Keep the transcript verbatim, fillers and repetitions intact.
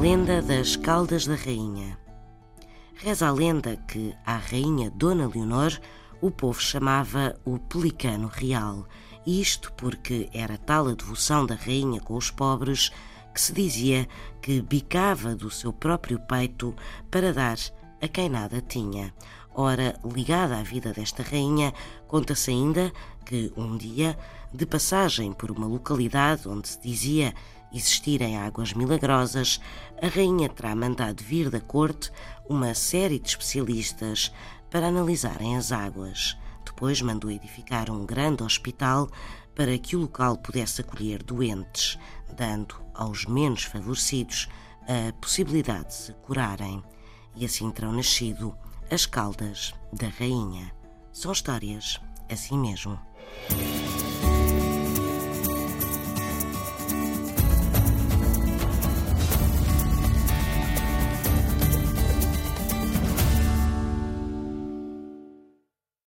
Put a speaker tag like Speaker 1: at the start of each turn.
Speaker 1: lenda das Caldas da Rainha. Reza a lenda que à rainha Dona Leonor o povo chamava o Pelicano Real, isto porque era tal a devoção da rainha com os pobres que se dizia que bicava do seu próprio peito para dar a quem nada tinha. Ora, ligada à vida desta rainha, conta-se ainda que um dia, de passagem por uma localidade onde se dizia existirem águas milagrosas, a rainha terá mandado vir da corte uma série de especialistas para analisarem as águas. Depois mandou edificar um grande hospital para que o local pudesse acolher doentes, dando aos menos favorecidos a possibilidade de se curarem. E assim terão nascido as Caldas da Rainha. São histórias assim mesmo.